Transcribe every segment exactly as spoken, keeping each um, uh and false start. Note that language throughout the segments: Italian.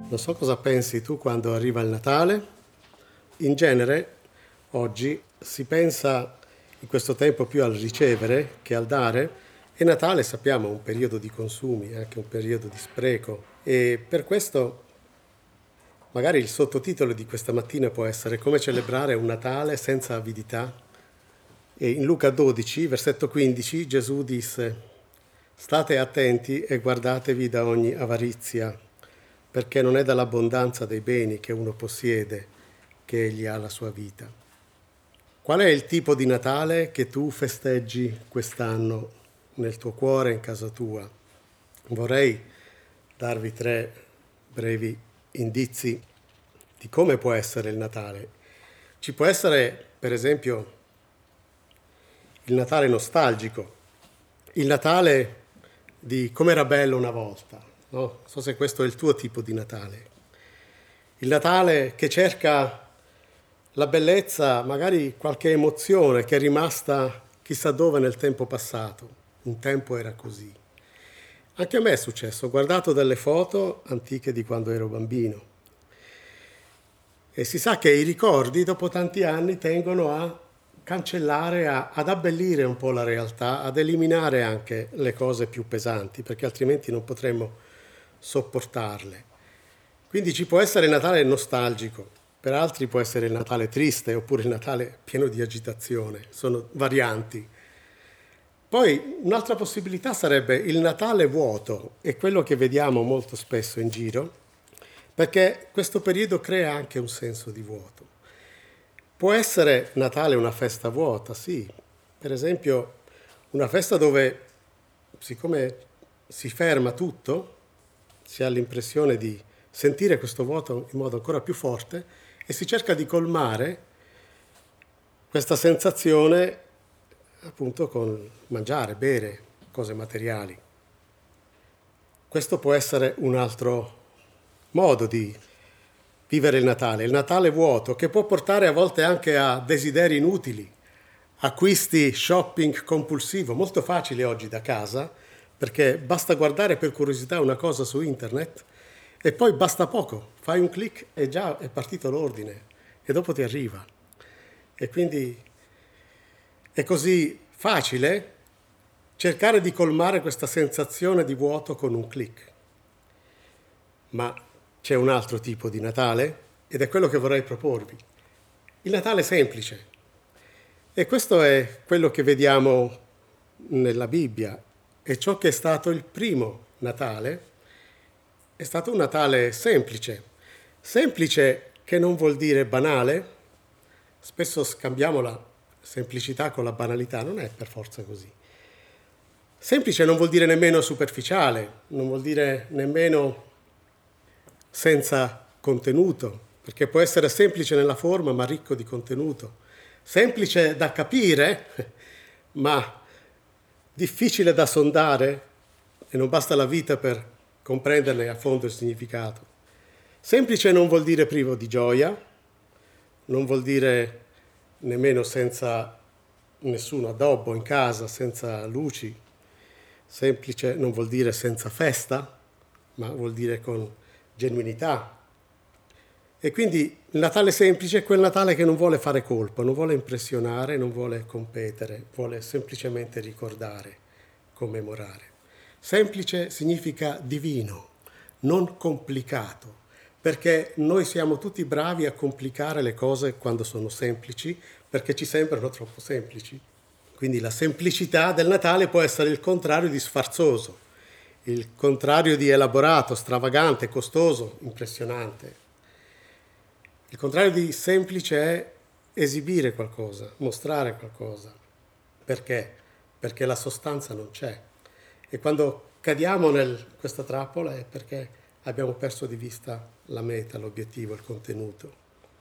Non so cosa pensi tu quando arriva il Natale. In genere, oggi, si pensa in questo tempo più al ricevere che al dare, e Natale sappiamo è un periodo di consumi, è anche un periodo di spreco. E per questo magari il sottotitolo di questa mattina può essere come celebrare un Natale senza avidità. E in Luca dodici, versetto quindici, Gesù disse: state attenti e guardatevi da ogni avarizia, perché non è dall'abbondanza dei beni che uno possiede che egli ha la sua vita. Qual è il tipo di Natale che tu festeggi quest'anno nel tuo cuore, in casa tua? Vorrei darvi tre brevi indizi di come può essere il Natale. Ci può essere, per esempio, il Natale nostalgico, il Natale di com'era bello una volta, no? Non so se questo è il tuo tipo di Natale. Il Natale che cerca la bellezza, magari qualche emozione che è rimasta chissà dove nel tempo passato. Un tempo era così. Anche a me è successo, ho guardato delle foto antiche di quando ero bambino. E si sa che i ricordi dopo tanti anni tendono a cancellare, a, ad abbellire un po' la realtà, ad eliminare anche le cose più pesanti, perché altrimenti non potremmo sopportarle. Quindi ci può essere il Natale nostalgico, per altri può essere il Natale triste, oppure il Natale pieno di agitazione, sono varianti. Poi un'altra possibilità sarebbe il Natale vuoto, è quello che vediamo molto spesso in giro, perché questo periodo crea anche un senso di vuoto. Può essere Natale una festa vuota, sì. Per esempio, una festa dove, siccome si ferma tutto, si ha l'impressione di sentire questo vuoto in modo ancora più forte e si cerca di colmare questa sensazione appunto con mangiare, bere, cose materiali. Questo può essere un altro modo di vivere il Natale, il Natale vuoto, che può portare a volte anche a desideri inutili, acquisti, shopping compulsivo, molto facile oggi da casa, perché basta guardare per curiosità una cosa su internet e poi basta poco, fai un click e già è partito l'ordine e dopo ti arriva. E quindi è così facile cercare di colmare questa sensazione di vuoto con un click. Ma c'è un altro tipo di Natale ed è quello che vorrei proporvi. Il Natale semplice. E questo è quello che vediamo nella Bibbia. E ciò che è stato il primo Natale è stato un Natale semplice. Semplice che non vuol dire banale. Spesso scambiamo la semplicità con la banalità, non è per forza così. Semplice non vuol dire nemmeno superficiale, non vuol dire nemmeno senza contenuto, perché può essere semplice nella forma ma ricco di contenuto, semplice da capire ma difficile da sondare e non basta la vita per comprenderne a fondo il significato. Semplice non vuol dire privo di gioia, non vuol dire nemmeno senza nessun addobbo in casa, senza luci. Semplice non vuol dire senza festa, ma vuol dire con genuinità. E quindi il Natale semplice è quel Natale che non vuole fare colpo, non vuole impressionare, non vuole competere, vuole semplicemente ricordare, commemorare. Semplice significa divino, non complicato, perché noi siamo tutti bravi a complicare le cose quando sono semplici, perché ci sembrano troppo semplici. Quindi la semplicità del Natale può essere il contrario di sfarzoso, il contrario di elaborato, stravagante, costoso, impressionante. Il contrario di semplice è esibire qualcosa, mostrare qualcosa. Perché? Perché la sostanza non c'è. E quando cadiamo in questa trappola è perché abbiamo perso di vista la meta, l'obiettivo, il contenuto.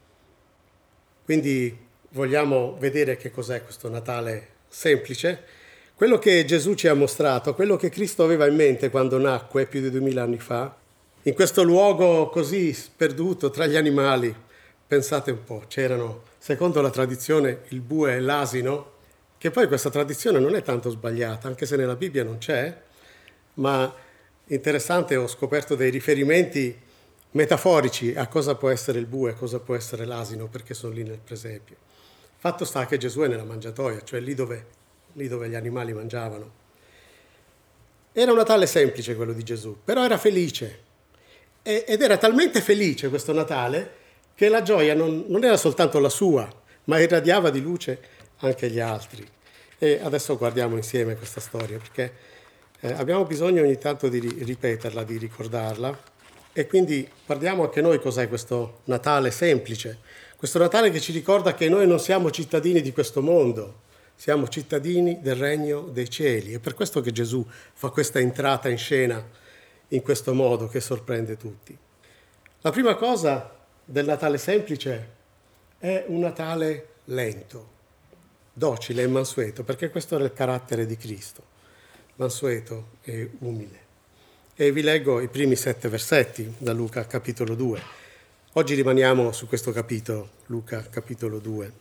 Quindi vogliamo vedere che cos'è questo Natale semplice. Quello che Gesù ci ha mostrato, quello che Cristo aveva in mente quando nacque più di duemila anni fa, in questo luogo così sperduto tra gli animali, pensate un po', c'erano, secondo la tradizione, il bue e l'asino, che poi questa tradizione non è tanto sbagliata, anche se nella Bibbia non c'è, ma interessante, ho scoperto dei riferimenti metaforici a cosa può essere il bue, a cosa può essere l'asino, perché sono lì nel presepio. Fatto sta che Gesù è nella mangiatoia, cioè lì dove, lì dove gli animali mangiavano. Era un Natale semplice quello di Gesù, però era felice. E, ed era talmente felice questo Natale che la gioia non, non era soltanto la sua, ma irradiava di luce anche gli altri. E adesso guardiamo insieme questa storia, perché eh, abbiamo bisogno ogni tanto di ripeterla, di ricordarla. E quindi guardiamo anche noi cos'è questo Natale semplice, questo Natale che ci ricorda che noi non siamo cittadini di questo mondo, siamo cittadini del regno dei cieli. È per questo che Gesù fa questa entrata in scena in questo modo che sorprende tutti. La prima cosa del Natale semplice è un Natale lento, docile e mansueto, perché questo era il carattere di Cristo, mansueto e umile. E vi leggo i primi sette versetti da Luca capitolo due. Oggi rimaniamo su questo capitolo, Luca capitolo due.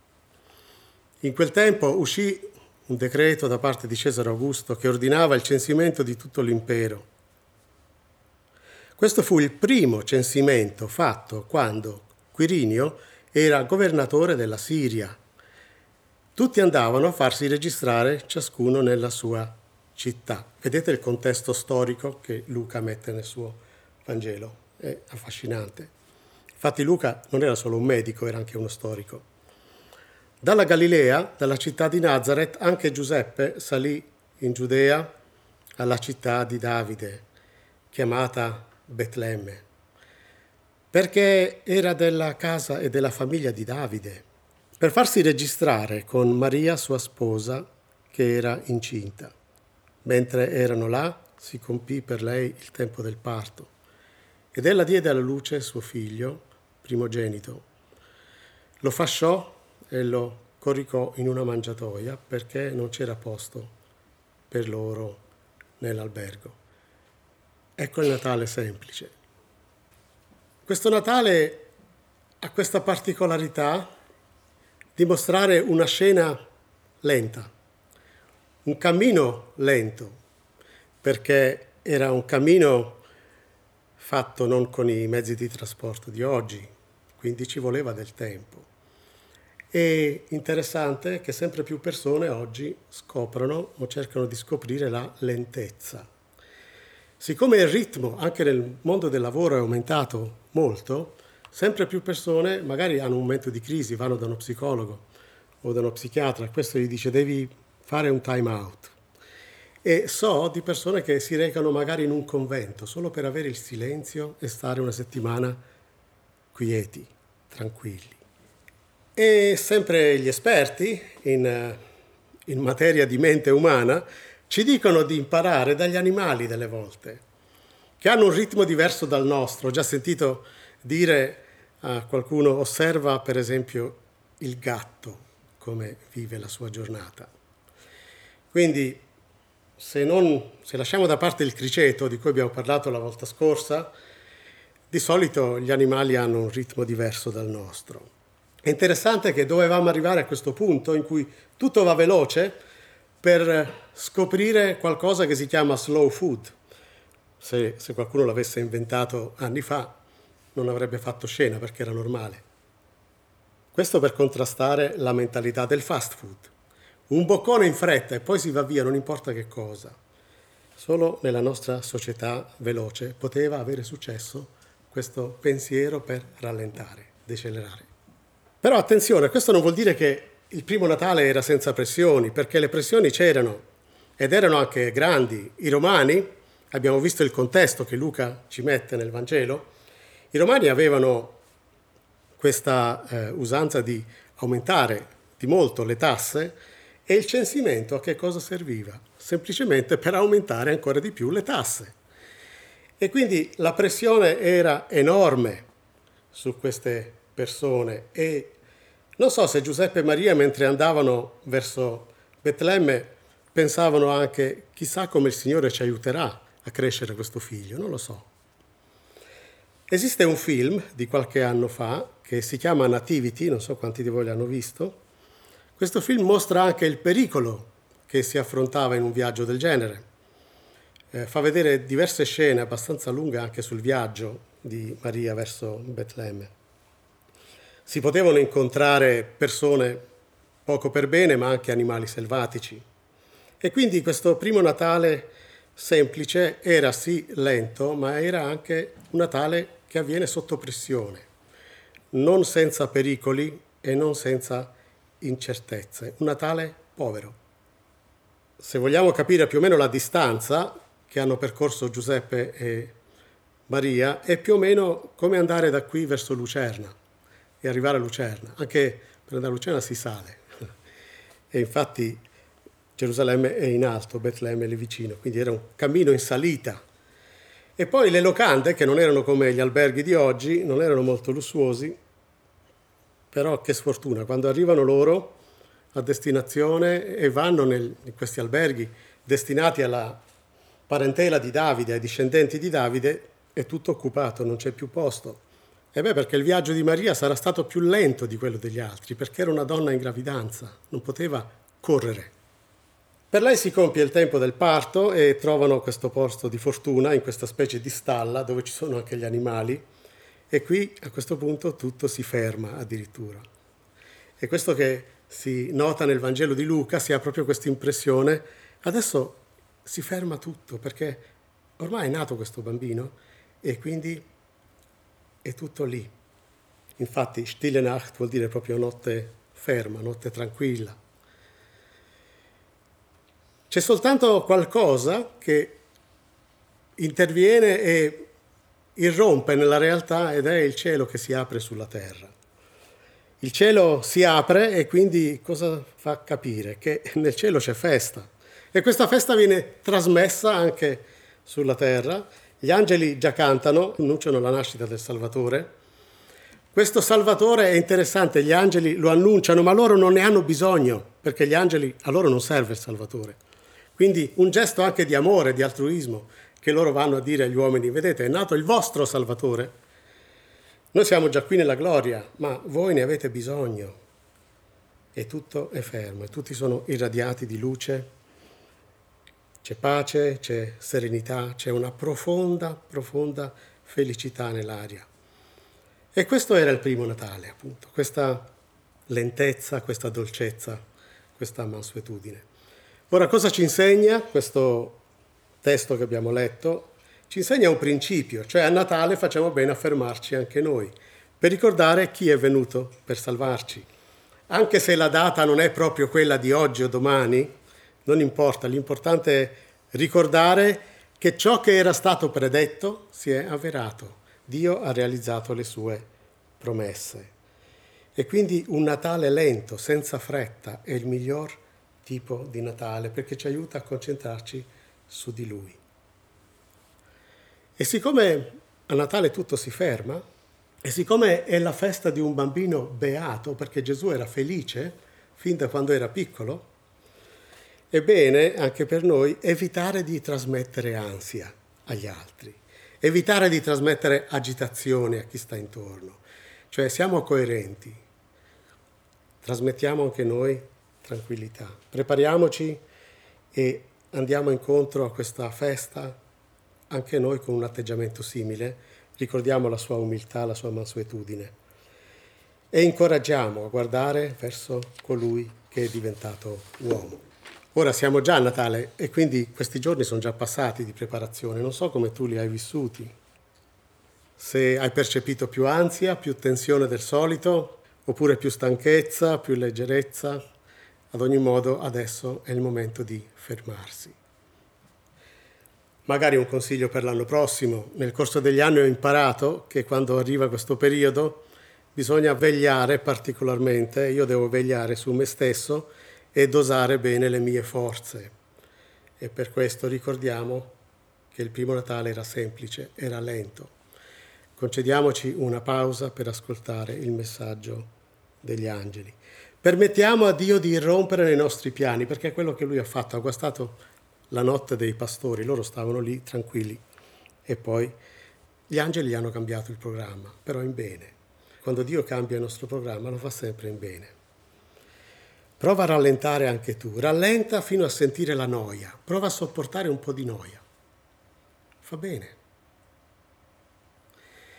In quel tempo uscì un decreto da parte di Cesare Augusto che ordinava il censimento di tutto l'impero. Questo fu il primo censimento fatto quando Quirinio era governatore della Siria. Tutti andavano a farsi registrare ciascuno nella sua città. Vedete il contesto storico che Luca mette nel suo Vangelo, è affascinante. Infatti Luca non era solo un medico, era anche uno storico. Dalla Galilea, dalla città di Nazaret, anche Giuseppe salì in Giudea alla città di Davide, chiamata Betlemme, perché era della casa e della famiglia di Davide, per farsi registrare con Maria, sua sposa, che era incinta. Mentre erano là, si compì per lei il tempo del parto, ed ella diede alla luce suo figlio, primogenito. Lo fasciò e lo coricò in una mangiatoia perché non c'era posto per loro nell'albergo. Ecco il Natale semplice. Questo Natale ha questa particolarità di mostrare una scena lenta, un cammino lento, perché era un cammino fatto non con i mezzi di trasporto di oggi, quindi ci voleva del tempo. È interessante che sempre più persone oggi scoprono o cercano di scoprire la lentezza. Siccome il ritmo anche nel mondo del lavoro è aumentato molto, sempre più persone magari hanno un momento di crisi, vanno da uno psicologo o da uno psichiatra, e questo gli dice devi fare un time out. E so di persone che si recano magari in un convento solo per avere il silenzio e stare una settimana quieti, tranquilli. E sempre gli esperti in, in materia di mente umana ci dicono di imparare dagli animali delle volte, che hanno un ritmo diverso dal nostro. Ho già sentito dire a qualcuno, osserva per esempio il gatto, come vive la sua giornata. Quindi se, non, se lasciamo da parte il criceto, di cui abbiamo parlato la volta scorsa, di solito gli animali hanno un ritmo diverso dal nostro. È interessante che dovevamo arrivare a questo punto in cui tutto va veloce per scoprire qualcosa che si chiama slow food. Se, se qualcuno l'avesse inventato anni fa, non avrebbe fatto scena perché era normale. Questo per contrastare la mentalità del fast food. Un boccone in fretta e poi si va via, non importa che cosa. Solo nella nostra società veloce poteva avere successo questo pensiero per rallentare, decelerare. Però attenzione, questo non vuol dire che il primo Natale era senza pressioni, perché le pressioni c'erano ed erano anche grandi. I Romani, abbiamo visto il contesto che Luca ci mette nel Vangelo, i Romani avevano questa eh, usanza di aumentare di molto le tasse, e il censimento a che cosa serviva? Semplicemente per aumentare ancora di più le tasse. E quindi la pressione era enorme su queste persone, e non so se Giuseppe e Maria, mentre andavano verso Betlemme, pensavano anche chissà come il Signore ci aiuterà a crescere questo figlio, non lo so. Esiste un film di qualche anno fa che si chiama Nativity, non so quanti di voi l'hanno visto. Questo film mostra anche il pericolo che si affrontava in un viaggio del genere. Eh, fa vedere diverse scene abbastanza lunghe anche sul viaggio, di Maria verso Betlemme. Si potevano incontrare persone poco per bene, ma anche animali selvatici. E quindi questo primo Natale semplice era sì lento, ma era anche un Natale che avviene sotto pressione, non senza pericoli e non senza incertezze. Un Natale povero. Se vogliamo capire più o meno la distanza che hanno percorso Giuseppe e Maria, è più o meno come andare da qui verso Lucerna e arrivare a Lucerna. Anche per andare a Lucerna si sale. E infatti Gerusalemme è in alto, Betlemme è lì vicino, quindi era un cammino in salita. E poi le locande, che non erano come gli alberghi di oggi, non erano molto lussuosi, però che sfortuna, quando arrivano loro a destinazione e vanno nel, in questi alberghi destinati alla parentela di Davide, ai discendenti di Davide, è tutto occupato, non c'è più posto. E beh, perché il viaggio di Maria sarà stato più lento di quello degli altri, perché era una donna in gravidanza, non poteva correre. Per lei si compie il tempo del parto e trovano questo posto di fortuna in questa specie di stalla dove ci sono anche gli animali e qui a questo punto tutto si ferma addirittura. E questo che si nota nel Vangelo di Luca, si ha proprio questa impressione, adesso si ferma tutto perché ormai è nato questo bambino e quindi è tutto lì. Infatti Stille Nacht vuol dire proprio notte ferma, notte tranquilla. C'è soltanto qualcosa che interviene e irrompe nella realtà ed è il cielo che si apre sulla terra. Il cielo si apre e quindi cosa fa capire? Che nel cielo c'è festa e questa festa viene trasmessa anche sulla terra. Gli angeli già cantano, annunciano la nascita del Salvatore. Questo Salvatore è interessante, gli angeli lo annunciano, ma loro non ne hanno bisogno, perché gli angeli, a loro non serve il Salvatore. Quindi un gesto anche di amore, di altruismo, che loro vanno a dire agli uomini, vedete, è nato il vostro Salvatore. Noi siamo già qui nella gloria, ma voi ne avete bisogno. E tutto è fermo, e tutti sono irradiati di luce. C'è pace, c'è serenità, c'è una profonda, profonda felicità nell'aria. E questo era il primo Natale, appunto, questa lentezza, questa dolcezza, questa mansuetudine. Ora, cosa ci insegna questo testo che abbiamo letto? Ci insegna un principio, cioè a Natale facciamo bene a fermarci anche noi, per ricordare chi è venuto per salvarci. Anche se la data non è proprio quella di oggi o domani, non importa, l'importante è ricordare che ciò che era stato predetto si è avverato. Dio ha realizzato le sue promesse. E quindi un Natale lento, senza fretta, è il miglior tipo di Natale, perché ci aiuta a concentrarci su di Lui. E siccome a Natale tutto si ferma, e siccome è la festa di un bambino beato, perché Gesù era felice fin da quando era piccolo, è bene anche per noi evitare di trasmettere ansia agli altri, evitare di trasmettere agitazione a chi sta intorno. Cioè siamo coerenti, trasmettiamo anche noi tranquillità. Prepariamoci e andiamo incontro a questa festa anche noi con un atteggiamento simile, ricordiamo la sua umiltà, la sua mansuetudine e incoraggiamo a guardare verso colui che è diventato uomo. Ora siamo già a Natale e quindi questi giorni sono già passati di preparazione, non so come tu li hai vissuti, se hai percepito più ansia, più tensione del solito, oppure più stanchezza, più leggerezza. Ad ogni modo adesso è il momento di fermarsi. Magari un consiglio per l'anno prossimo. Nel corso degli anni ho imparato che quando arriva questo periodo bisogna vegliare particolarmente, io devo vegliare su me stesso e dosare bene le mie forze. E per questo ricordiamo che il primo Natale era semplice, era lento. Concediamoci una pausa per ascoltare il messaggio degli angeli. Permettiamo a Dio di irrompere nei nostri piani, perché è quello che Lui ha fatto, ha guastato la notte dei pastori, loro stavano lì tranquilli e poi gli angeli gli hanno cambiato il programma, però in bene. Quando Dio cambia il nostro programma lo fa sempre in bene. Prova a rallentare anche tu, rallenta fino a sentire la noia, prova a sopportare un po' di noia. Fa bene.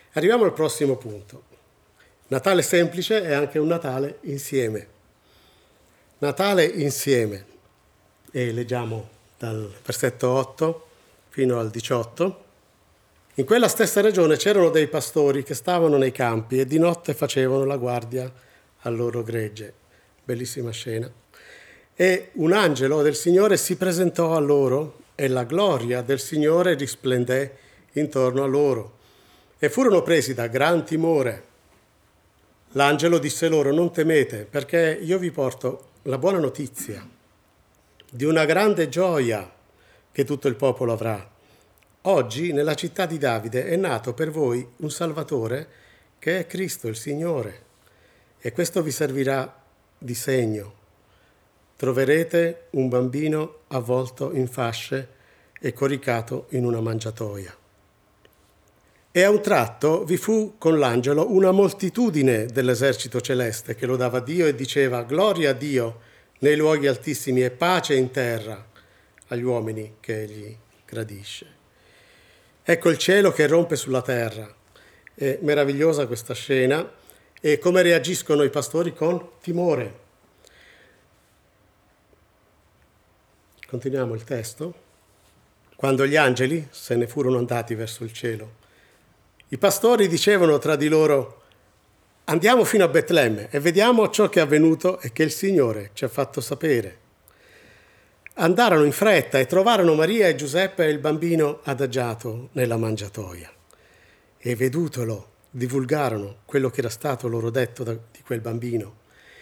Arriviamo al prossimo punto. Natale semplice è anche un Natale insieme. Natale insieme. E leggiamo dal versetto otto fino al diciotto. In quella stessa regione c'erano dei pastori che stavano nei campi e di notte facevano la guardia al loro gregge. Bellissima scena. E un angelo del Signore si presentò a loro e la gloria del Signore risplendé intorno a loro. E furono presi da gran timore. L'angelo disse loro: non temete, perché io vi porto la buona notizia di una grande gioia che tutto il popolo avrà. Oggi nella città di Davide è nato per voi un Salvatore che è Cristo il Signore. E questo vi servirà di segno. Troverete un bambino avvolto in fasce e coricato in una mangiatoia. E a un tratto vi fu con l'angelo una moltitudine dell'esercito celeste che lodava Dio e diceva: gloria a Dio nei luoghi altissimi e pace in terra agli uomini che egli gradisce. Ecco il cielo che rompe sulla terra. È meravigliosa questa scena e come reagiscono i pastori con timore. Continuiamo il testo. Quando gli angeli se ne furono andati verso il cielo, i pastori dicevano tra di loro: andiamo fino a Betlemme e vediamo ciò che è avvenuto e che il Signore ci ha fatto sapere. Andarono in fretta e trovarono Maria e Giuseppe e il bambino adagiato nella mangiatoia. E vedutolo, divulgarono quello che era stato loro detto da, di quel bambino.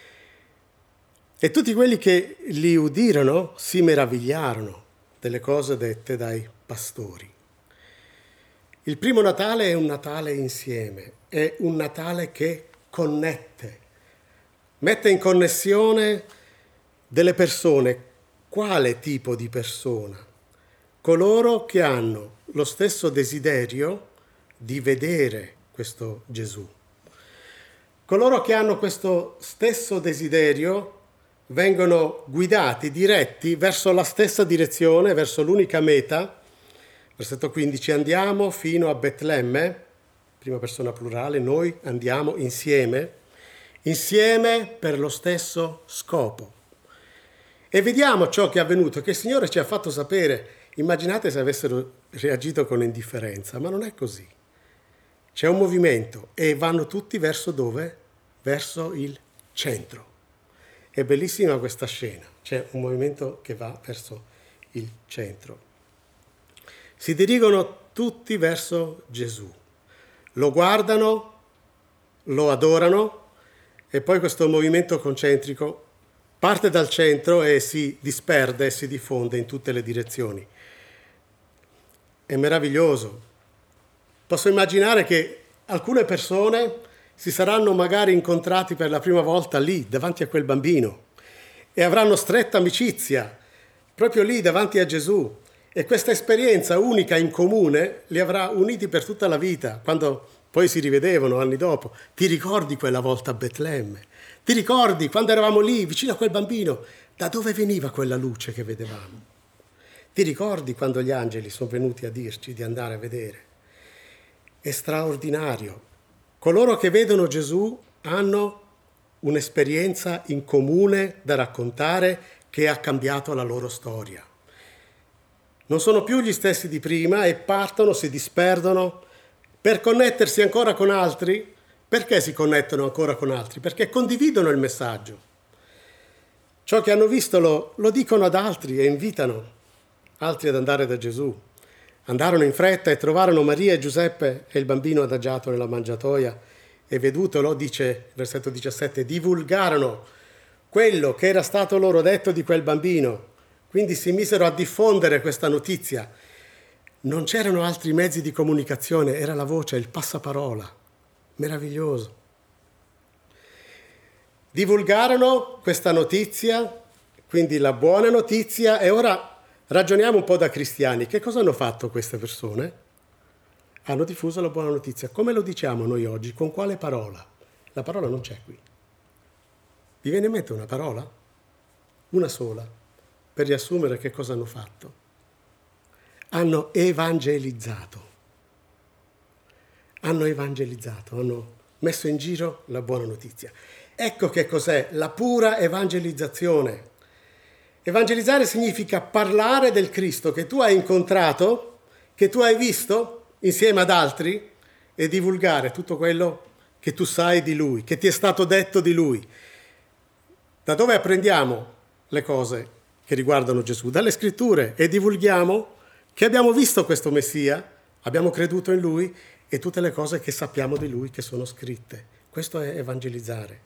E tutti quelli che li udirono si meravigliarono delle cose dette dai pastori. Il primo Natale è un Natale insieme, è un Natale che connette, mette in connessione delle persone. Quale tipo di persona? Coloro che hanno lo stesso desiderio di vedere questo Gesù. Coloro che hanno questo stesso desiderio vengono guidati, diretti verso la stessa direzione, verso l'unica meta. Versetto quindici, andiamo fino a Betlemme, prima persona plurale, noi andiamo insieme, insieme per lo stesso scopo. E vediamo ciò che è avvenuto, che il Signore ci ha fatto sapere. Immaginate se avessero reagito con indifferenza, ma non è così. C'è un movimento e vanno tutti verso dove? Verso il centro. È bellissima questa scena, c'è un movimento che va verso il centro. Si dirigono tutti verso Gesù, lo guardano, lo adorano e poi questo movimento concentrico parte dal centro e si disperde e si diffonde in tutte le direzioni. È meraviglioso. Posso immaginare che alcune persone si saranno magari incontrati per la prima volta lì, davanti a quel bambino, e avranno stretta amicizia, proprio lì, davanti a Gesù. E questa esperienza unica in comune li avrà uniti per tutta la vita, quando poi si rivedevano anni dopo. Ti ricordi quella volta a Betlemme? Ti ricordi quando eravamo lì, vicino a quel bambino? Da dove veniva quella luce che vedevamo? Ti ricordi quando gli angeli sono venuti a dirci di andare a vedere? È straordinario. Coloro che vedono Gesù hanno un'esperienza in comune da raccontare che ha cambiato la loro storia. Non sono più gli stessi di prima e partono, si disperdono per connettersi ancora con altri. Perché si connettono ancora con altri? Perché condividono il messaggio. Ciò che hanno visto lo, lo dicono ad altri e invitano altri ad andare da Gesù. Andarono in fretta e trovarono Maria e Giuseppe e il bambino adagiato nella mangiatoia e vedutolo, dice versetto diciassette, divulgarono quello che era stato loro detto di quel bambino. Quindi si misero a diffondere questa notizia. Non c'erano altri mezzi di comunicazione, era la voce, il passaparola. Meraviglioso. Divulgarono questa notizia, quindi la buona notizia, e ora ragioniamo un po' da cristiani. Che cosa hanno fatto queste persone? Hanno diffuso la buona notizia. Come lo diciamo noi oggi? Con quale parola? La parola non c'è qui. Vi viene in mente una parola? Una sola, per riassumere che cosa hanno fatto. Hanno evangelizzato. hanno evangelizzato, hanno messo in giro la buona notizia. Ecco che cos'è la pura evangelizzazione. Evangelizzare significa parlare del Cristo che tu hai incontrato, che tu hai visto insieme ad altri, e divulgare tutto quello che tu sai di Lui, che ti è stato detto di Lui. Da dove apprendiamo le cose che riguardano Gesù? Dalle Scritture, e divulghiamo che abbiamo visto questo Messia, abbiamo creduto in Lui e tutte le cose che sappiamo di Lui che sono scritte. Questo è evangelizzare.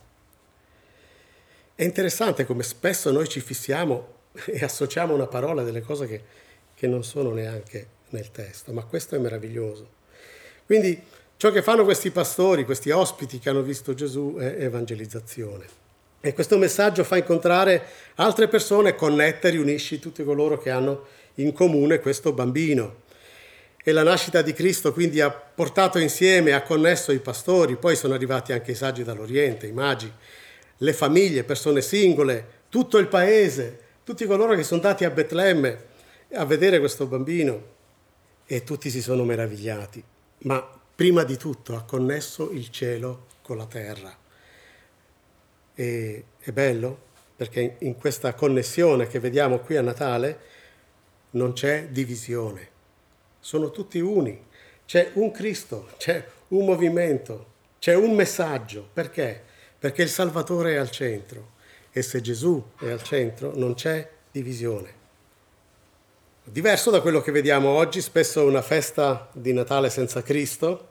È interessante come spesso noi ci fissiamo e associamo una parola a delle cose che, che non sono neanche nel testo, ma questo è meraviglioso. Quindi ciò che fanno questi pastori, questi ospiti che hanno visto Gesù, è evangelizzazione. E questo messaggio fa incontrare altre persone, connette, riunisci tutti coloro che hanno in comune questo bambino. E la nascita di Cristo quindi ha portato insieme, ha connesso i pastori, poi sono arrivati anche i saggi dall'Oriente, i magi, le famiglie, persone singole, tutto il paese, tutti coloro che sono andati a Betlemme a vedere questo bambino, e tutti si sono meravigliati. Ma prima di tutto ha connesso il cielo con la terra. E è bello perché in questa connessione che vediamo qui a Natale non c'è divisione, sono tutti uni, c'è un Cristo, c'è un movimento, c'è un messaggio. Perché? Perché il Salvatore è al centro, e se Gesù è al centro non c'è divisione. Diverso da quello che vediamo oggi, spesso una festa di Natale senza Cristo,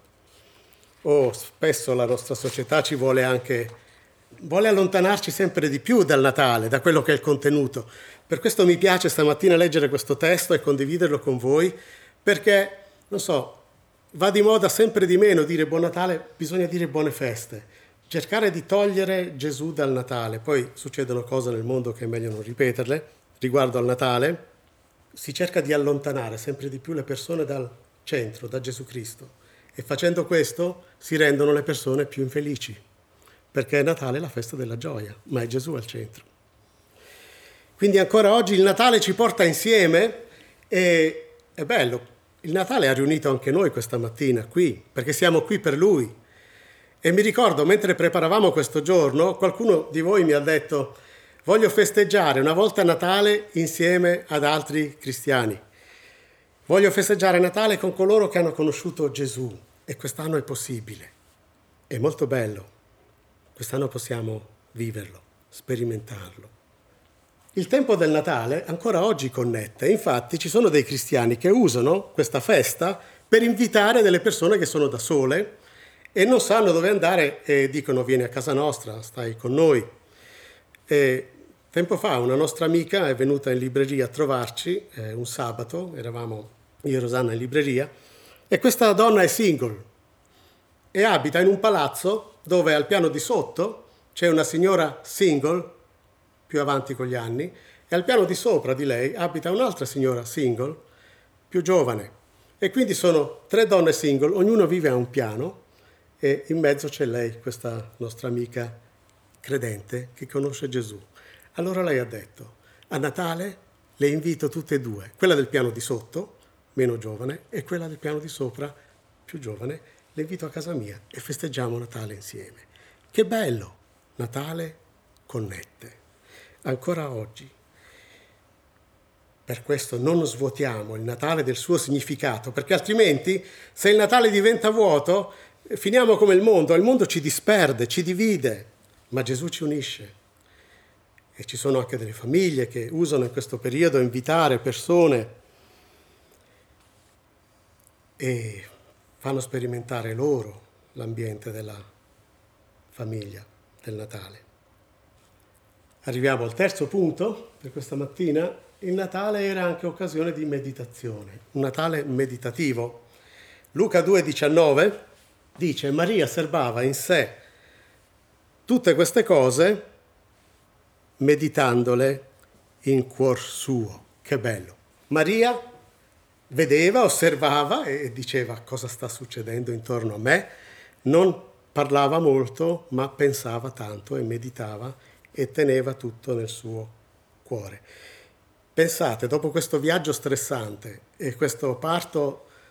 o spesso la nostra società ci vuole anche, vuole allontanarci sempre di più dal Natale, da quello che è il contenuto. Per questo mi piace stamattina leggere questo testo e condividerlo con voi, perché, non so, va di moda sempre di meno dire buon Natale, bisogna dire buone feste. Cercare di togliere Gesù dal Natale. Poi succedono cose nel mondo che è meglio non ripeterle, riguardo al Natale. Si cerca di allontanare sempre di più le persone dal centro, da Gesù Cristo. E facendo questo si rendono le persone più infelici, perché Natale è la festa della gioia, ma è Gesù al centro. Quindi ancora oggi il Natale ci porta insieme, e è bello. Il Natale ha riunito anche noi questa mattina qui, perché siamo qui per Lui. E mi ricordo, mentre preparavamo questo giorno, qualcuno di voi mi ha detto: voglio festeggiare una volta Natale insieme ad altri cristiani. Voglio festeggiare Natale con coloro che hanno conosciuto Gesù, e quest'anno è possibile. È molto bello. Quest'anno possiamo viverlo, sperimentarlo. Il tempo del Natale ancora oggi connette. Infatti ci sono dei cristiani che usano questa festa per invitare delle persone che sono da sole e non sanno dove andare e dicono: vieni a casa nostra, stai con noi. E tempo fa una nostra amica è venuta in libreria a trovarci, eh, un sabato, eravamo io e Rosanna in libreria, e questa donna è single e abita in un palazzo dove al piano di sotto c'è una signora single, più avanti con gli anni, e al piano di sopra di lei abita un'altra signora single, più giovane. E quindi sono tre donne single, ognuno vive a un piano, e in mezzo c'è lei, questa nostra amica credente che conosce Gesù. Allora lei ha detto: a Natale le invito tutte e due, quella del piano di sotto, meno giovane, e quella del piano di sopra, più giovane, le invito a casa mia e festeggiamo Natale insieme. Che bello! Natale connette. Ancora oggi. Per questo non svuotiamo il Natale del suo significato, perché altrimenti, se il Natale diventa vuoto, finiamo come il mondo. Il mondo ci disperde, ci divide, ma Gesù ci unisce. E ci sono anche delle famiglie che usano in questo periodo invitare persone e fanno sperimentare loro l'ambiente della famiglia, del Natale. Arriviamo al terzo punto per questa mattina. Il Natale era anche occasione di meditazione, un Natale meditativo. Luca due diciannove dice: Maria serbava in sé tutte queste cose, meditandole in cuor suo. Che bello! Maria vedeva, osservava e diceva: cosa sta succedendo intorno a me? Non parlava molto, ma pensava tanto e meditava e teneva tutto nel suo cuore. Pensate, dopo questo viaggio stressante e questo parto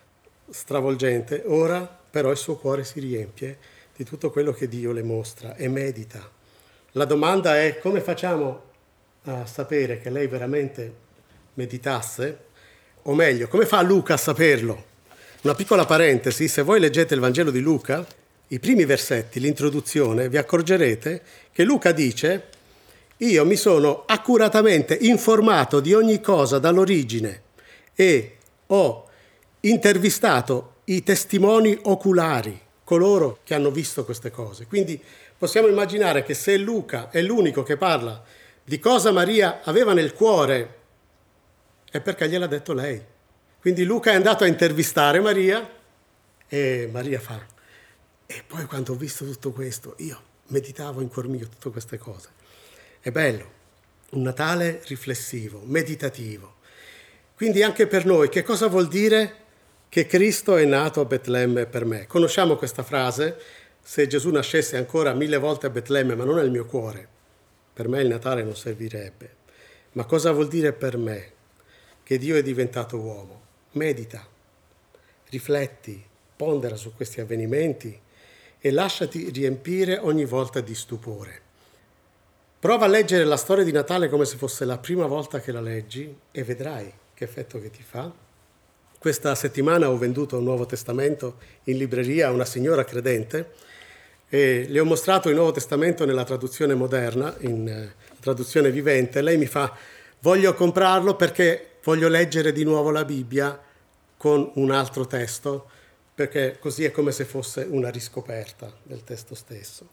stravolgente, ora però il suo cuore si riempie di tutto quello che Dio le mostra e medita. La domanda è: come facciamo a sapere che lei veramente meditasse? O meglio, come fa Luca a saperlo? Una piccola parentesi: se voi leggete il Vangelo di Luca, i primi versetti, l'introduzione, vi accorgerete che Luca dice: io mi sono accuratamente informato di ogni cosa dall'origine e ho intervistato i testimoni oculari, coloro che hanno visto queste cose. Quindi possiamo immaginare che se Luca è l'unico che parla di cosa Maria aveva nel cuore, è perché gliel'ha detto lei. Quindi Luca è andato a intervistare Maria e Maria fa: e poi quando ho visto tutto questo, io meditavo in cuor mio tutte queste cose. È bello, un Natale riflessivo, meditativo. Quindi anche per noi, che cosa vuol dire che Cristo è nato a Betlemme per me? Conosciamo questa frase: se Gesù nascesse ancora mille volte a Betlemme, ma non nel mio cuore, per me il Natale non servirebbe. Ma cosa vuol dire per me che Dio è diventato uomo? Medita, rifletti, pondera su questi avvenimenti e lasciati riempire ogni volta di stupore. Prova a leggere la storia di Natale come se fosse la prima volta che la leggi e vedrai che effetto che ti fa. Questa settimana ho venduto un Nuovo Testamento in libreria a una signora credente e le ho mostrato il Nuovo Testamento nella traduzione moderna, in eh, traduzione vivente. Lei mi fa: voglio comprarlo perché voglio leggere di nuovo la Bibbia con un altro testo, perché così è come se fosse una riscoperta del testo stesso.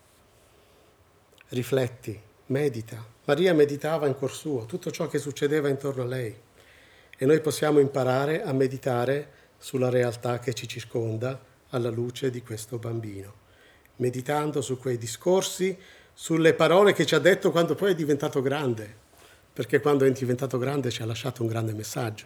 Rifletti, medita. Maria meditava in cuor suo tutto ciò che succedeva intorno a lei e noi possiamo imparare a meditare sulla realtà che ci circonda alla luce di questo bambino, meditando su quei discorsi, sulle parole che ci ha detto quando poi è diventato grande, perché quando è diventato grande ci ha lasciato un grande messaggio.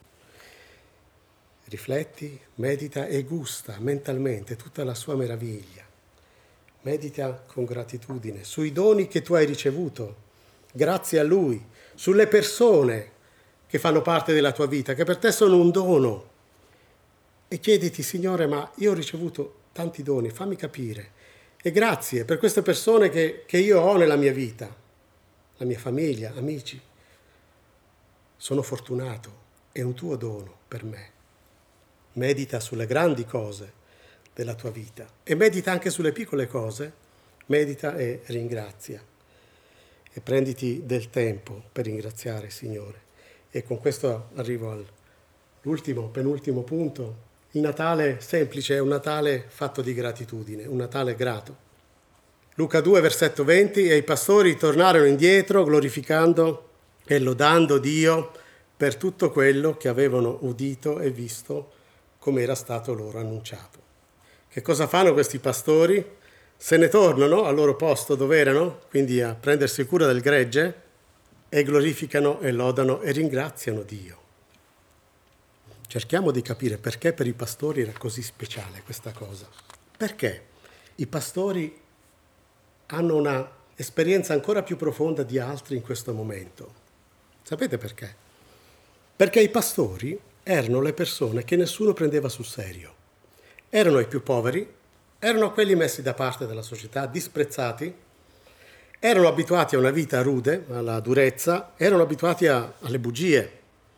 Rifletti, medita e gusta mentalmente tutta la sua meraviglia. Medita con gratitudine sui doni che tu hai ricevuto, grazie a Lui, sulle persone che fanno parte della tua vita, che per te sono un dono. E chiediti: Signore, ma io ho ricevuto tanti doni, fammi capire. E grazie per queste persone che, che io ho nella mia vita, la mia famiglia, amici. Sono fortunato, è un tuo dono per me. Medita sulle grandi cose della tua vita e medita anche sulle piccole cose, medita e ringrazia e prenditi del tempo per ringraziare il Signore. E con questo arrivo all'ultimo, penultimo punto. Il Natale semplice è un Natale fatto di gratitudine, un Natale grato. Luca due, versetto venti: e i pastori tornarono indietro glorificando e lodando Dio per tutto quello che avevano udito e visto, come era stato loro annunciato. Che cosa fanno questi pastori? Se ne tornano al loro posto dove erano, quindi a prendersi cura del gregge, e glorificano e lodano e ringraziano Dio. Cerchiamo di capire perché per i pastori era così speciale questa cosa. Perché i pastori hanno una esperienza ancora più profonda di altri in questo momento. Sapete perché? Perché i pastori erano le persone che nessuno prendeva sul serio. Erano i più poveri, erano quelli messi da parte dalla società, disprezzati, erano abituati a una vita rude, alla durezza, erano abituati a, alle bugie.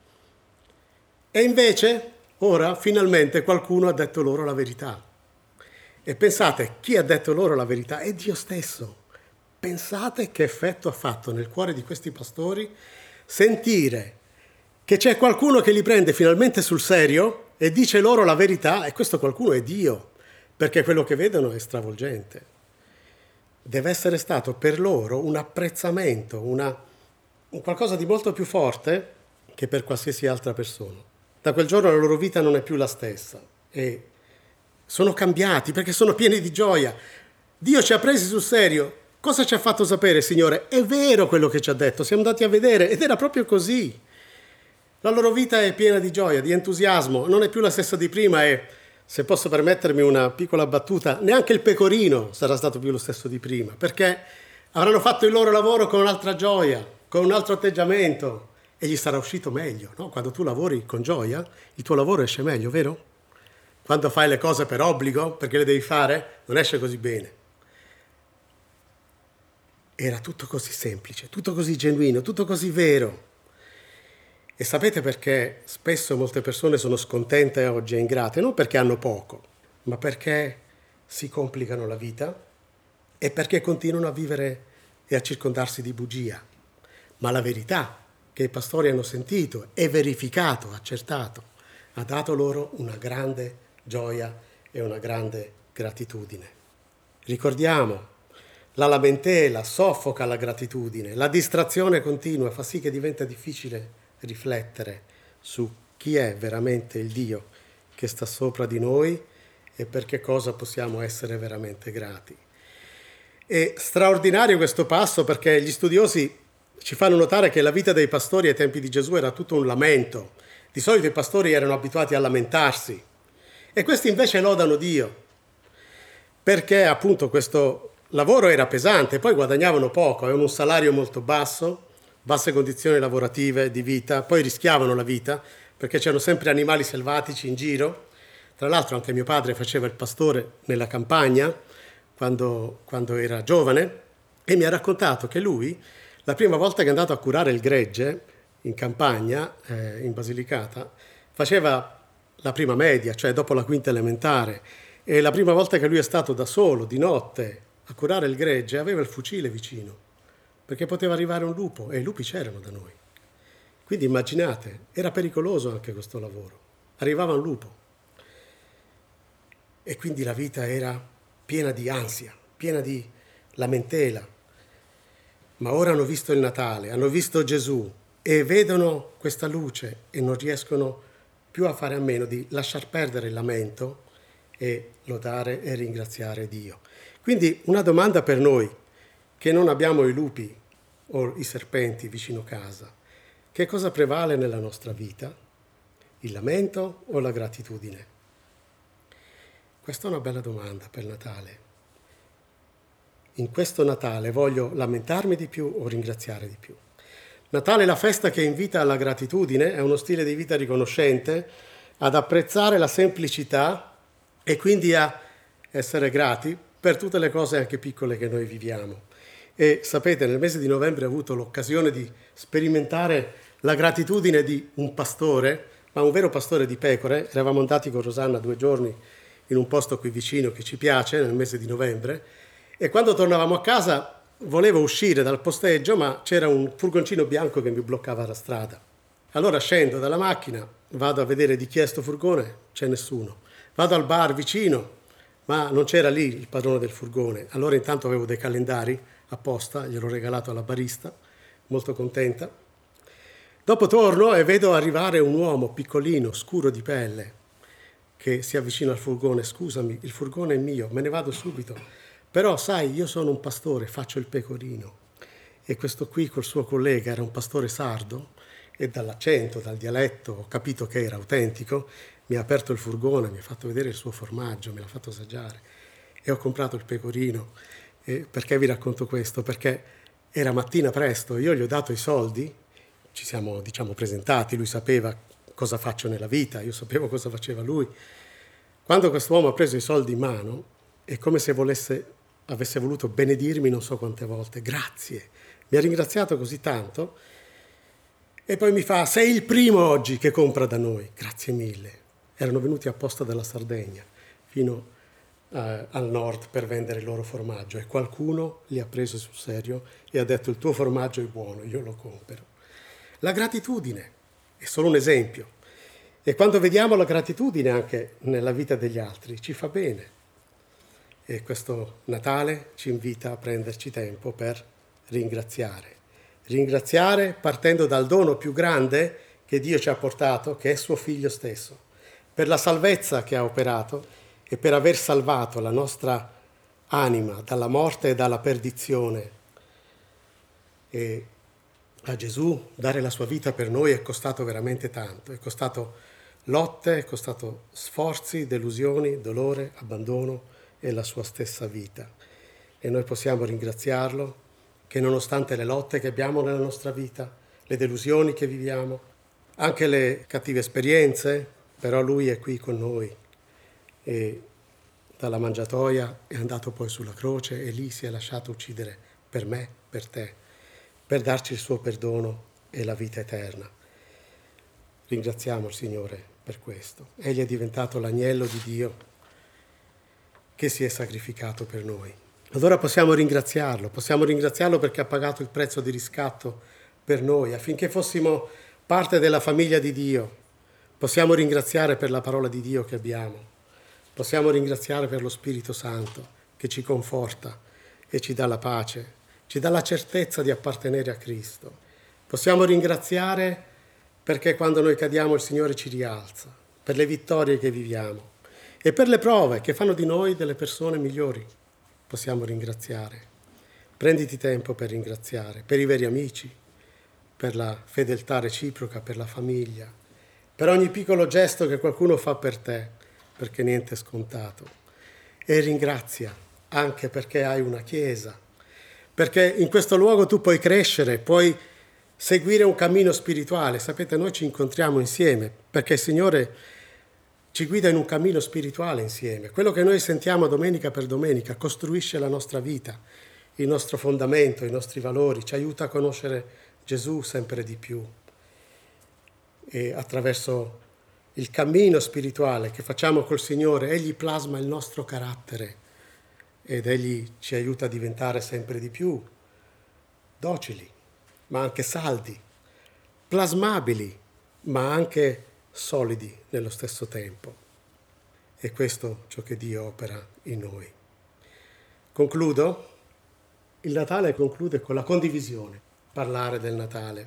E invece, ora, finalmente, qualcuno ha detto loro la verità. E pensate, chi ha detto loro la verità? È Dio stesso. Pensate che effetto ha fatto nel cuore di questi pastori sentire che c'è qualcuno che li prende finalmente sul serio e dice loro la verità, e questo qualcuno è Dio, perché quello che vedono è stravolgente. Deve essere stato per loro un apprezzamento, una, un qualcosa di molto più forte che per qualsiasi altra persona. Da quel giorno la loro vita non è più la stessa e sono cambiati perché sono pieni di gioia. Dio ci ha presi sul serio. Cosa ci ha fatto sapere, Signore? È vero quello che ci ha detto, siamo andati a vedere ed era proprio così. La loro vita è piena di gioia, di entusiasmo, non è più la stessa di prima e, se posso permettermi una piccola battuta, neanche il pecorino sarà stato più lo stesso di prima, perché avranno fatto il loro lavoro con un'altra gioia, con un altro atteggiamento e gli sarà uscito meglio, no? Quando tu lavori con gioia, il tuo lavoro esce meglio, vero? Quando fai le cose per obbligo, perché le devi fare, non esce così bene. Era tutto così semplice, tutto così genuino, tutto così vero. E sapete perché spesso molte persone sono scontente oggi e ingrate? Non perché hanno poco, ma perché si complicano la vita e perché continuano a vivere e a circondarsi di bugia. Ma la verità che i pastori hanno sentito e verificato, accertato, ha dato loro una grande gioia e una grande gratitudine. Ricordiamo, la lamentela soffoca la gratitudine, la distrazione continua fa sì che diventa difficile riflettere su chi è veramente il Dio che sta sopra di noi e per che cosa possiamo essere veramente grati. È straordinario questo passo perché gli studiosi ci fanno notare che la vita dei pastori ai tempi di Gesù era tutto un lamento. Di solito i pastori erano abituati a lamentarsi e questi invece lodano Dio perché appunto questo lavoro era pesante, poi guadagnavano poco, avevano un salario molto basso, basse condizioni lavorative, di vita, poi rischiavano la vita perché c'erano sempre animali selvatici in giro. Tra l'altro anche mio padre faceva il pastore nella campagna quando, quando era giovane e mi ha raccontato che lui, la prima volta che è andato a curare il gregge in campagna, eh, in Basilicata, faceva la prima media, cioè dopo la quinta elementare, e la prima volta che lui è stato da solo, di notte, a curare il gregge, aveva il fucile vicino, perché poteva arrivare un lupo, e i lupi c'erano da noi. Quindi immaginate, era pericoloso anche questo lavoro. Arrivava un lupo. E quindi la vita era piena di ansia, piena di lamentela. Ma ora hanno visto il Natale, hanno visto Gesù e vedono questa luce e non riescono più a fare a meno di lasciar perdere il lamento e lodare e ringraziare Dio. Quindi una domanda per noi che non abbiamo i lupi o i serpenti vicino casa. Che cosa prevale nella nostra vita? Il lamento o la gratitudine? Questa è una bella domanda per Natale. In questo Natale voglio lamentarmi di più o ringraziare di più? Natale è la festa che invita alla gratitudine, è uno stile di vita riconoscente, ad apprezzare la semplicità e quindi a essere grati per tutte le cose anche piccole che noi viviamo. E sapete, nel mese di novembre ho avuto l'occasione di sperimentare la gratitudine di un pastore, ma un vero pastore di pecore. Eravamo andati con Rosanna due giorni in un posto qui vicino che ci piace nel mese di novembre e quando tornavamo a casa volevo uscire dal posteggio ma c'era un furgoncino bianco che mi bloccava la strada. Allora scendo dalla macchina, vado a vedere di chi è sto furgone, c'è nessuno. Vado al bar vicino, ma non c'era lì il padrone del furgone. Allora intanto avevo dei calendari apposta, gliel'ho regalato alla barista, molto contenta. Dopo torno e vedo arrivare un uomo piccolino, scuro di pelle, che si avvicina al furgone. Scusami, il furgone è mio, me ne vado subito. Però sai, io sono un pastore, faccio il pecorino. E questo qui col suo collega era un pastore sardo e dall'accento, dal dialetto ho capito che era autentico. Mi ha aperto il furgone, mi ha fatto vedere il suo formaggio, me l'ha fatto assaggiare e ho comprato il pecorino. E perché vi racconto questo? Perché era mattina presto, io gli ho dato i soldi, ci siamo diciamo presentati, lui sapeva cosa faccio nella vita, io sapevo cosa faceva lui. Quando quest'uomo ha preso i soldi in mano è come se volesse, avesse voluto benedirmi non so quante volte, grazie, mi ha ringraziato così tanto e poi mi fa, sei il primo oggi che compra da noi, grazie mille. Erano venuti apposta dalla Sardegna fino eh, al nord per vendere il loro formaggio e qualcuno li ha presi sul serio e ha detto il tuo formaggio è buono, io lo compro. La gratitudine è solo un esempio e quando vediamo la gratitudine anche nella vita degli altri ci fa bene e questo Natale ci invita a prenderci tempo per ringraziare. Ringraziare partendo dal dono più grande che Dio ci ha portato, che è suo figlio stesso, per la salvezza che ha operato e per aver salvato la nostra anima dalla morte e dalla perdizione. E a Gesù dare la sua vita per noi è costato veramente tanto, è costato lotte, è costato sforzi, delusioni, dolore, abbandono e la sua stessa vita. E noi possiamo ringraziarlo che nonostante le lotte che abbiamo nella nostra vita, le delusioni che viviamo, anche le cattive esperienze, però Lui è qui con noi e dalla mangiatoia è andato poi sulla croce e lì si è lasciato uccidere per me, per te, per darci il suo perdono e la vita eterna. Ringraziamo il Signore per questo. Egli è diventato l'agnello di Dio che si è sacrificato per noi. Allora possiamo ringraziarlo, possiamo ringraziarlo perché ha pagato il prezzo di riscatto per noi, affinché fossimo parte della famiglia di Dio. Possiamo ringraziare per la parola di Dio che abbiamo. Possiamo ringraziare per lo Spirito Santo che ci conforta e ci dà la pace, ci dà la certezza di appartenere a Cristo. Possiamo ringraziare perché quando noi cadiamo il Signore ci rialza, per le vittorie che viviamo e per le prove che fanno di noi delle persone migliori. Possiamo ringraziare. Prenditi tempo per ringraziare, per i veri amici, per la fedeltà reciproca, per la famiglia, per ogni piccolo gesto che qualcuno fa per te, perché niente è scontato. E ringrazia anche perché hai una chiesa, perché in questo luogo tu puoi crescere, puoi seguire un cammino spirituale. Sapete, noi ci incontriamo insieme perché il Signore ci guida in un cammino spirituale insieme. Quello che noi sentiamo domenica per domenica costruisce la nostra vita, il nostro fondamento, i nostri valori, ci aiuta a conoscere Gesù sempre di più. E attraverso il cammino spirituale che facciamo col Signore, Egli plasma il nostro carattere ed Egli ci aiuta a diventare sempre di più docili, ma anche saldi, plasmabili, ma anche solidi nello stesso tempo. E questo è ciò che Dio opera in noi. Concludo. Il Natale conclude con la condivisione, parlare del Natale.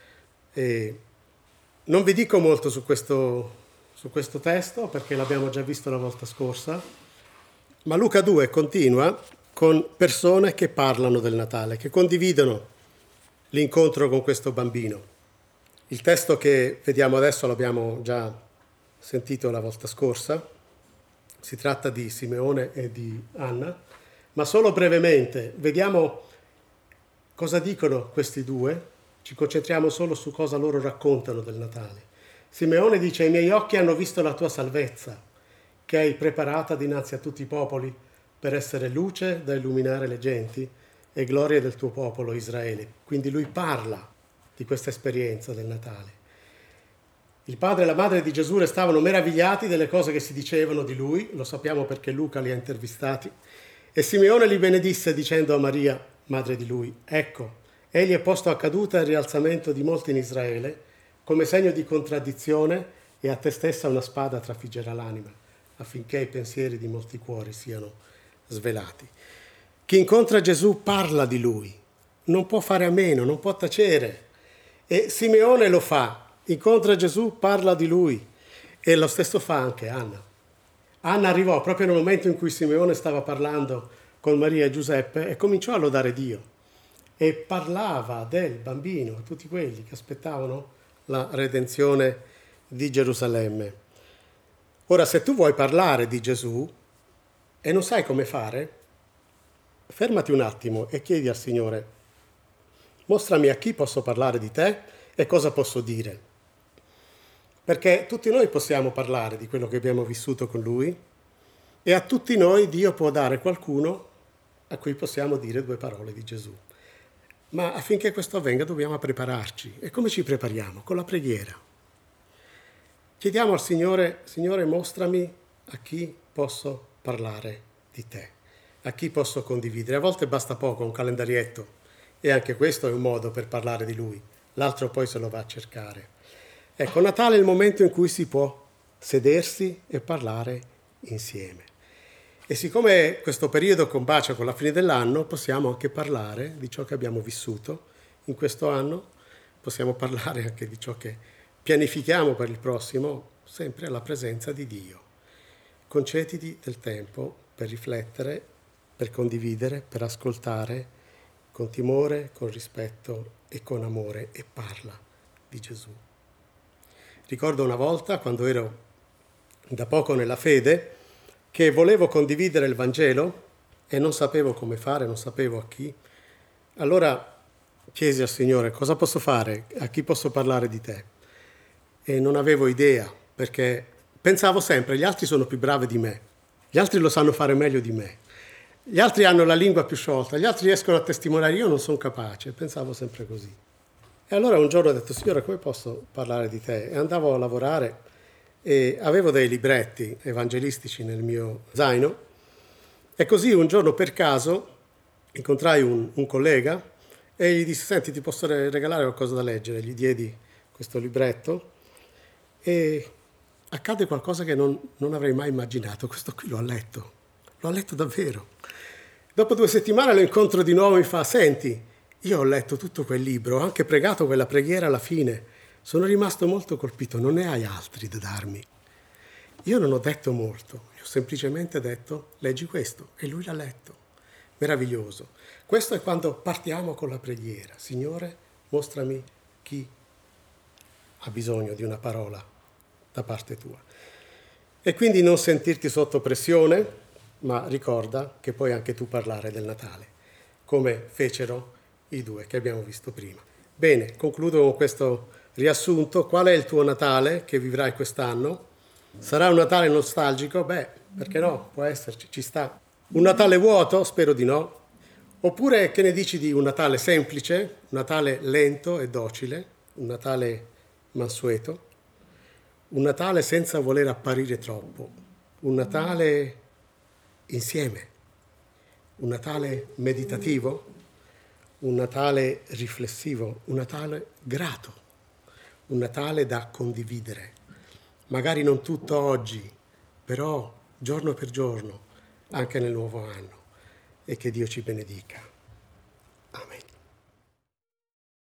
E non vi dico molto su questo, su questo testo perché l'abbiamo già visto la volta scorsa, ma Luca due continua con persone che parlano del Natale, che condividono l'incontro con questo bambino. Il testo che vediamo adesso l'abbiamo già sentito la volta scorsa, si tratta di Simeone e di Anna, ma solo brevemente vediamo cosa dicono questi due, ci concentriamo solo su cosa loro raccontano del Natale. Simeone dice: i miei occhi hanno visto la tua salvezza, che hai preparata dinanzi a tutti i popoli per essere luce da illuminare le genti e gloria del tuo popolo Israele. Quindi lui parla di questa esperienza del Natale. Il padre e la madre di Gesù restavano meravigliati delle cose che si dicevano di lui, lo sappiamo perché Luca li ha intervistati, e Simeone li benedisse dicendo a Maria, madre di lui: ecco, egli è posto a caduta il rialzamento di molti in Israele, come segno di contraddizione, e a te stessa una spada trafiggerà l'anima, affinché i pensieri di molti cuori siano svelati. Chi incontra Gesù parla di lui, non può fare a meno, non può tacere. E Simeone lo fa, incontra Gesù, parla di lui, e lo stesso fa anche Anna. Anna arrivò proprio nel momento in cui Simeone stava parlando con Maria e Giuseppe e cominciò a lodare Dio e parlava del bambino a tutti quelli che aspettavano la redenzione di Gerusalemme. Ora, se tu vuoi parlare di Gesù e non sai come fare, fermati un attimo e chiedi al Signore: mostrami a chi posso parlare di te e cosa posso dire. Perché tutti noi possiamo parlare di quello che abbiamo vissuto con Lui e a tutti noi Dio può dare qualcuno a cui possiamo dire due parole di Gesù. Ma affinché questo avvenga dobbiamo prepararci. E come ci prepariamo? Con la preghiera. Chiediamo al Signore: Signore, mostrami a chi posso parlare di te, a chi posso condividere. A volte basta poco, un calendarietto, e anche questo è un modo per parlare di Lui. L'altro poi se lo va a cercare. Ecco, Natale è il momento in cui si può sedersi e parlare insieme. E siccome questo periodo combacia con la fine dell'anno, possiamo anche parlare di ciò che abbiamo vissuto in questo anno, possiamo parlare anche di ciò che pianifichiamo per il prossimo, sempre alla presenza di Dio. Concediti del tempo per riflettere, per condividere, per ascoltare con timore, con rispetto e con amore, e parla di Gesù. Ricordo una volta, quando ero da poco nella fede, che volevo condividere il Vangelo e non sapevo come fare, non sapevo a chi. Allora chiesi al Signore: cosa posso fare? A chi posso parlare di te? E non avevo idea, perché pensavo sempre, gli altri sono più bravi di me, gli altri lo sanno fare meglio di me, gli altri hanno la lingua più sciolta, gli altri riescono a testimoniare, io non sono capace, pensavo sempre così. E allora un giorno ho detto, Signore, come posso parlare di te? E andavo a lavorare e avevo dei libretti evangelistici nel mio zaino e così un giorno per caso incontrai un, un collega e gli dissi, senti, ti posso regalare qualcosa da leggere? Gli diedi questo libretto e accade qualcosa che non, non avrei mai immaginato. Questo qui l'ho letto, l'ho letto davvero. Dopo due settimane lo incontro di nuovo e mi fa, senti, io ho letto tutto quel libro, ho anche pregato quella preghiera alla fine, sono rimasto molto colpito, non ne hai altri da darmi? Io non ho detto molto, gli ho semplicemente detto, leggi questo, e lui l'ha letto. Meraviglioso. Questo è quando partiamo con la preghiera. Signore, mostrami chi ha bisogno di una parola da parte tua. E quindi non sentirti sotto pressione, ma ricorda che puoi anche tu parlare del Natale, come fecero i due che abbiamo visto prima. Bene, concludo con questo riassunto. Qual è il tuo Natale che vivrai quest'anno? Sarà un Natale nostalgico? Beh, perché no? Può esserci, ci sta. Un Natale vuoto? Spero di no. Oppure che ne dici di un Natale semplice, un Natale lento e docile, un Natale mansueto, un Natale senza voler apparire troppo, un Natale insieme, un Natale meditativo, un Natale riflessivo, un Natale grato, un Natale da condividere. Magari non tutto oggi, però giorno per giorno, anche nel nuovo anno. E che Dio ci benedica.